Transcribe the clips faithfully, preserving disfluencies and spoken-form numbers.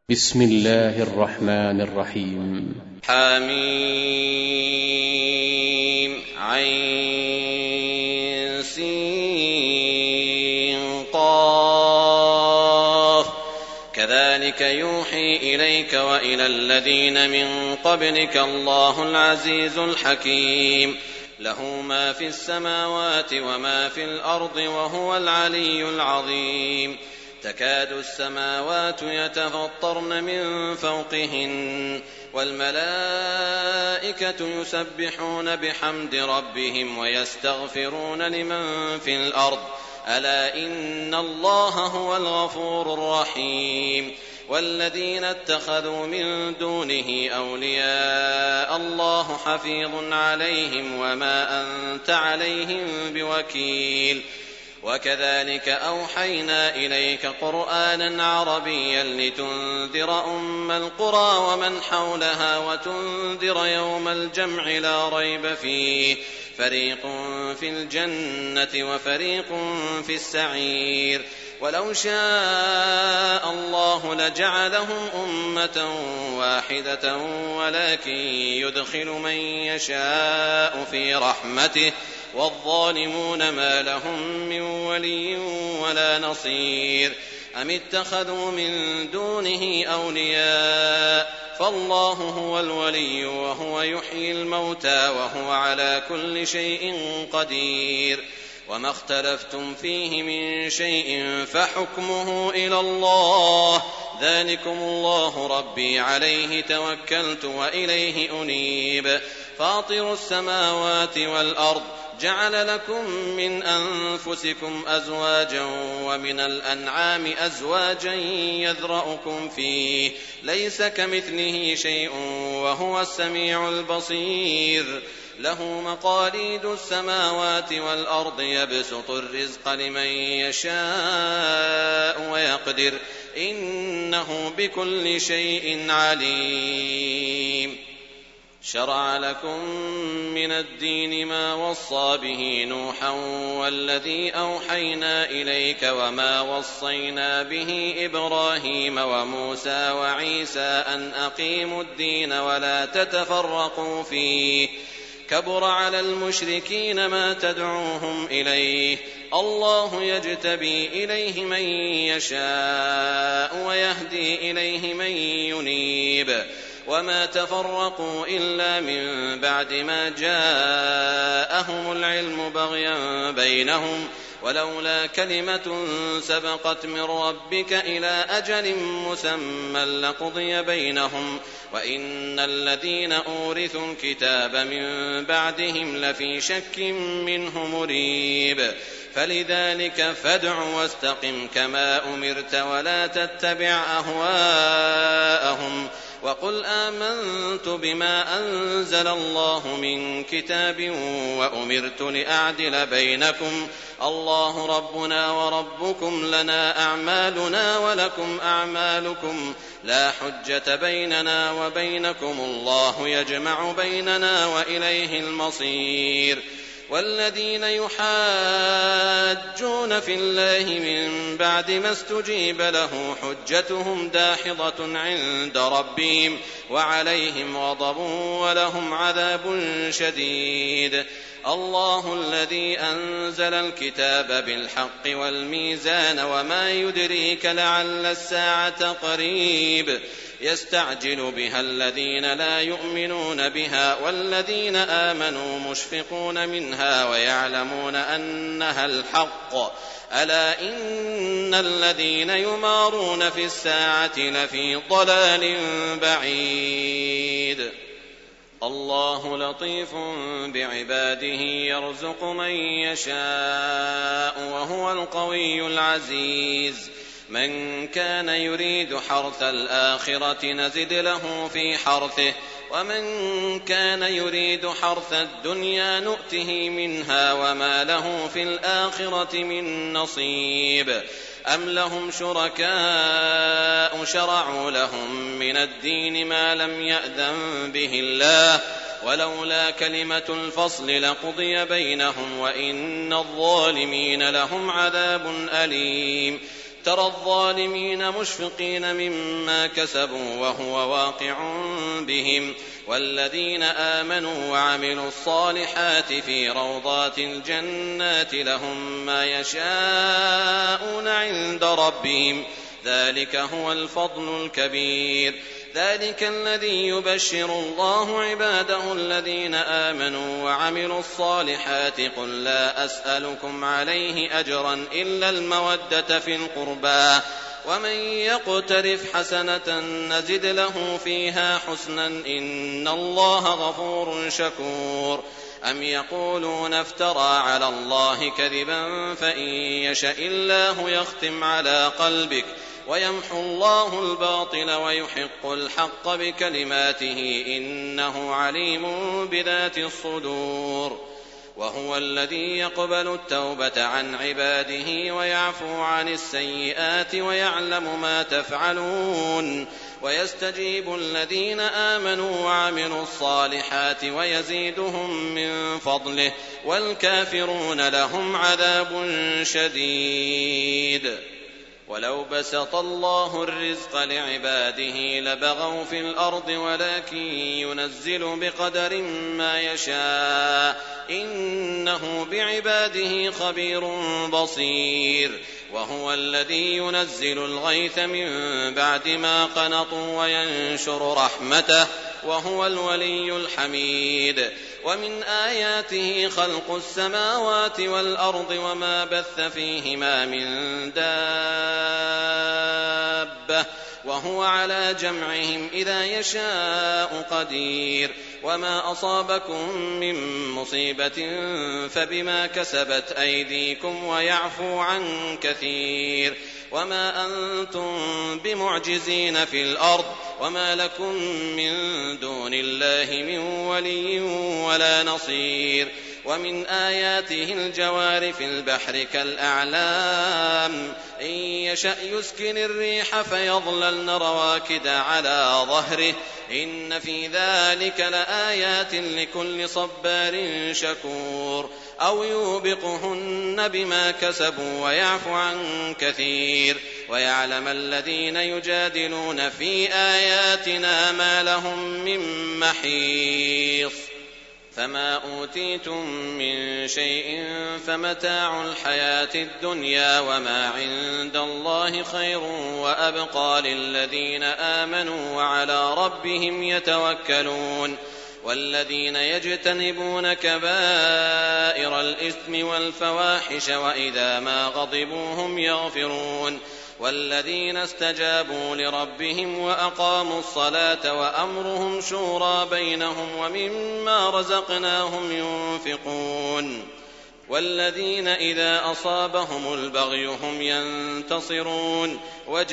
بسم الله الرحمن الرحيم. حميم عين سين قاف كذلك يوحي إليك وإلى الذين من قبلك الله العزيز الحكيم له ما في السماوات وما في الأرض وهو العلي العظيم. تكاد السماوات يتفطرن من فوقهن والملائكة يسبحون بحمد ربهم ويستغفرون لمن في الأرض ألا إن الله هو الغفور الرحيم. والذين اتخذوا من دونه أولياء الله حفيظ عليهم وما أنت عليهم بوكيل. وكذلك أوحينا إليك قرآنا عربيا لتنذر أم القرى ومن حولها وتنذر يوم الجمع لا ريب فيه فريق في الجنة وفريق في السعير. ولو شاء الله لجعلهم أمة واحدة ولكن يدخل من يشاء في رحمته والظالمون ما لهم من ولي ولا نصير. أم اتخذوا من دونه أولياء فالله هو الولي وهو يحيي الموتى وهو على كل شيء قدير. وما اختلفتم فيه من شيء فحكمه إلى الله ذلكم الله ربي عليه توكلت وإليه أنيب. فاطر السماوات والأرض جعل لكم من أنفسكم أزواجا ومن الأنعام أزواجا يذرأكم فيه ليس كمثله شيء وهو السميع البصير. له مقاليد السماوات والأرض يبسط الرزق لمن يشاء ويقدر إنه بكل شيء عليم. شرع لكم من الدين ما وصى به نوحا والذي أوحينا إليك وما وصينا به إبراهيم وموسى وعيسى أن أقيموا الدين ولا تتفرقوا فيه كبر على المشركين ما تدعوهم إليه الله يجتبي إليه من يشاء ويهدي إليه من ينيب. وما تفرقوا إلا من بعد ما جاءهم العلم بغيا بينهم ولولا كلمة سبقت من ربك إلى أجل مسمى لقضي بينهم وإن الذين أورثوا الكتاب من بعدهم لفي شك منه مريب. فلذلك فادع واستقم كما أمرت ولا تتبع أهواءهم وقل آمنت بما أنزل الله من كتاب وأمرت لأعدل بينكم الله ربنا وربكم لنا أعمالنا ولكم أعمالكم لا حجة بيننا وبينكم الله يجمع بيننا وإليه المصير. والذين يحاجون في الله من بعد ما استجيب له حجتهم داحضة عند ربهم وعليهم غضب ولهم عذاب شديد. الله الذي أنزل الكتاب بالحق والميزان وما يدريك لعل الساعة قريب يستعجل بها الذين لا يؤمنون بها والذين آمنوا مشفقون منها ويعلمون أنها الحق ألا إن الذين يمارون في الساعة لفي ضلال بعيد. الله لطيف بعباده يرزق من يشاء وهو القوي العزيز. من كان يريد حرث الآخرة نزد له في حرثه ومن كان يريد حرث الدنيا نؤته منها وما له في الآخرة من نصيب. أم لهم شركاء شرعوا لهم من الدين ما لم يأذن به الله ولولا كلمة الفصل لقضي بينهم وإن الظالمين لهم عذاب أليم. ترى الظالمين مشفقين مما كسبوا وهو واقع بهم والذين آمنوا وعملوا الصالحات في روضات الجنات لهم ما يشاءون عند ربهم ذلك هو الفضل الكبير ذلك الذي يبشر الله عباده الذين آمنوا وعملوا الصالحات قل لا أسألكم عليه أجرا إلا المودة في القربى ومن يقترف حسنة نزد له فيها حسنا إن الله غفور شكور أم يقولون افترى على الله كذبا فإن يشأ الله يختم على قلبك ويمحو الله الباطل ويحق الحق بكلماته إنه عليم بذات الصدور وهو الذي يقبل التوبة عن عباده ويعفو عن السيئات ويعلم ما تفعلون ويستجيب الذين آمنوا وعملوا الصالحات ويزيدهم من فضله والكافرون لهم عذاب شديد ولو بسط الله الرزق لعباده لبغوا في الأرض ولكن ينزل بقدر ما يشاء إنه بعباده خبير بصير وهو الذي ينزل الغيث من بعد ما قنطوا وينشر رحمته وهو الولي الحميد ومن آياته خلق السماوات والأرض وما بث فيهما من دابة وهو على جمعهم إذا يشاء قدير وما أصابكم من مصيبة فبما كسبت أيديكم ويعفو عن كثير وما أنتم بمعجزين في الأرض وما لكم من دون الله من ولي ولا نصير ومن آياته الجوار في البحر كالأعلام إن يشأ يسكن الريح فيظللن رواكد على ظهره إن في ذلك لآيات لكل صبار شكور أو يوبقهن بما كسبوا ويعفو عن كثير ويعلم الذين يجادلون في آياتنا ما لهم من محيص فما أوتيتم من شيء فمتاع الحياة الدنيا وما عند الله خير وأبقى للذين آمنوا وعلى ربهم يتوكلون والذين يجتنبون كبائر الإثم والفواحش وإذا ما غضبوا هم يغفرون والذين استجابوا لربهم وأقاموا الصلاة وأمرهم شورى بينهم ومما رزقناهم ينفقون والذين إذا أصابهم البغي هم ينتصرون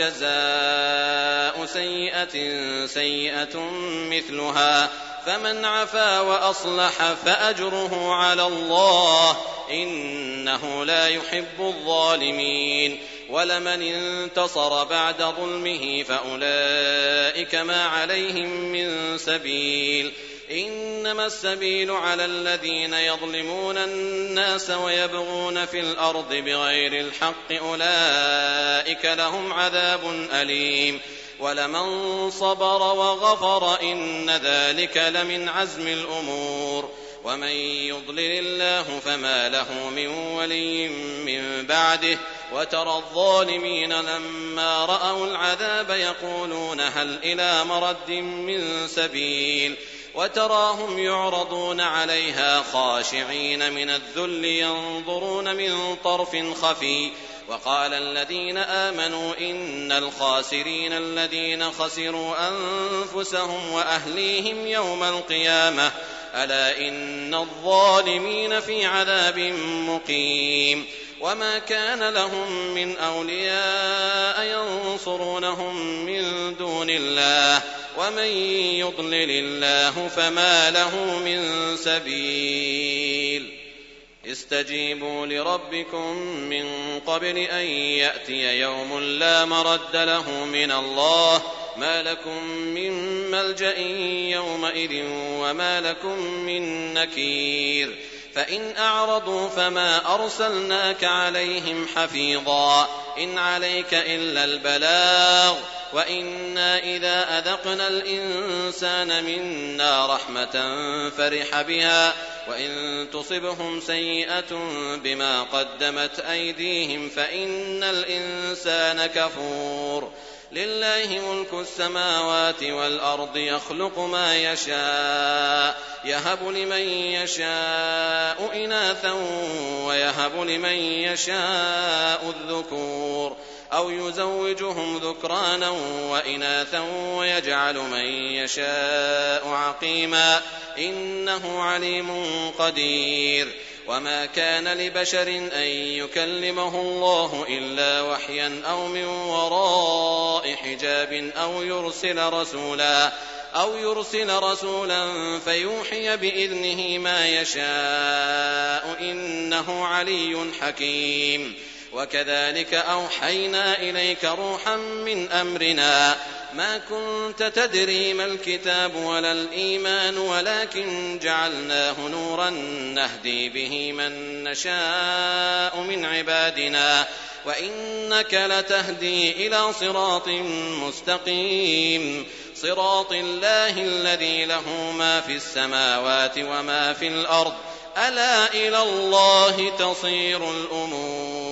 وجزاء سيئة سيئة مثلها فمن عفا وأصلح فأجره على الله إنه لا يحب الظالمين ولمن انتصر بعد ظلمه فأولئك ما عليهم من سبيل إنما السبيل على الذين يظلمون الناس ويبغون في الأرض بغير الحق أولئك لهم عذاب أليم ولمن صبر وغفر إن ذلك لمن عزم الأمور ومن يضلل الله فما له من ولي من بعده وترى الظالمين لما رأوا العذاب يقولون هل إلى مرد من سبيل وتراهم يعرضون عليها خاشعين من الذل ينظرون من طرف خفي وقال الذين آمنوا إن الخاسرين الذين خسروا أنفسهم وأهليهم يوم القيامة ألا إن الظالمين في عذاب مقيم وما كان لهم من أولياء ينصرونهم من دون الله ومن يضلل الله فما له من سبيل استجيبوا لربكم من قبل أن يأتي يوم لا مرد له من الله ما لكم من ملجأ يومئذ وما لكم من نكير فإن أعرضوا فما أرسلناك عليهم حفيظا إن عليك إلا البلاغ وإنا إذا أذقنا الإنسان منا رحمة فرح بها وإن تصبهم سيئة بما قدمت أيديهم فإن الإنسان كفور لله ملك السماوات والأرض يخلق ما يشاء يهب لمن يشاء إناثا ويهب لمن يشاء الذكور أو يزوجهم ذكرانا وإناثا ويجعل من يشاء عقيما إنه عليم قدير وما كان لبشر أن يكلمه الله إلا وحيا أو من وراء حجاب أو يرسل رسولا أو يرسل رسولا فيوحي بإذنه ما يشاء إنه علي حكيم وكذلك أوحينا إليك روحا من أمرنا ما كنت تدري ما الكتاب ولا الإيمان ولكن جعلناه نورا نهدي به من نشاء من عبادنا وإنك لتهدي إلى صراط مستقيم صراط الله الذي له ما في السماوات وما في الأرض ألا إلى الله تصير الأمور.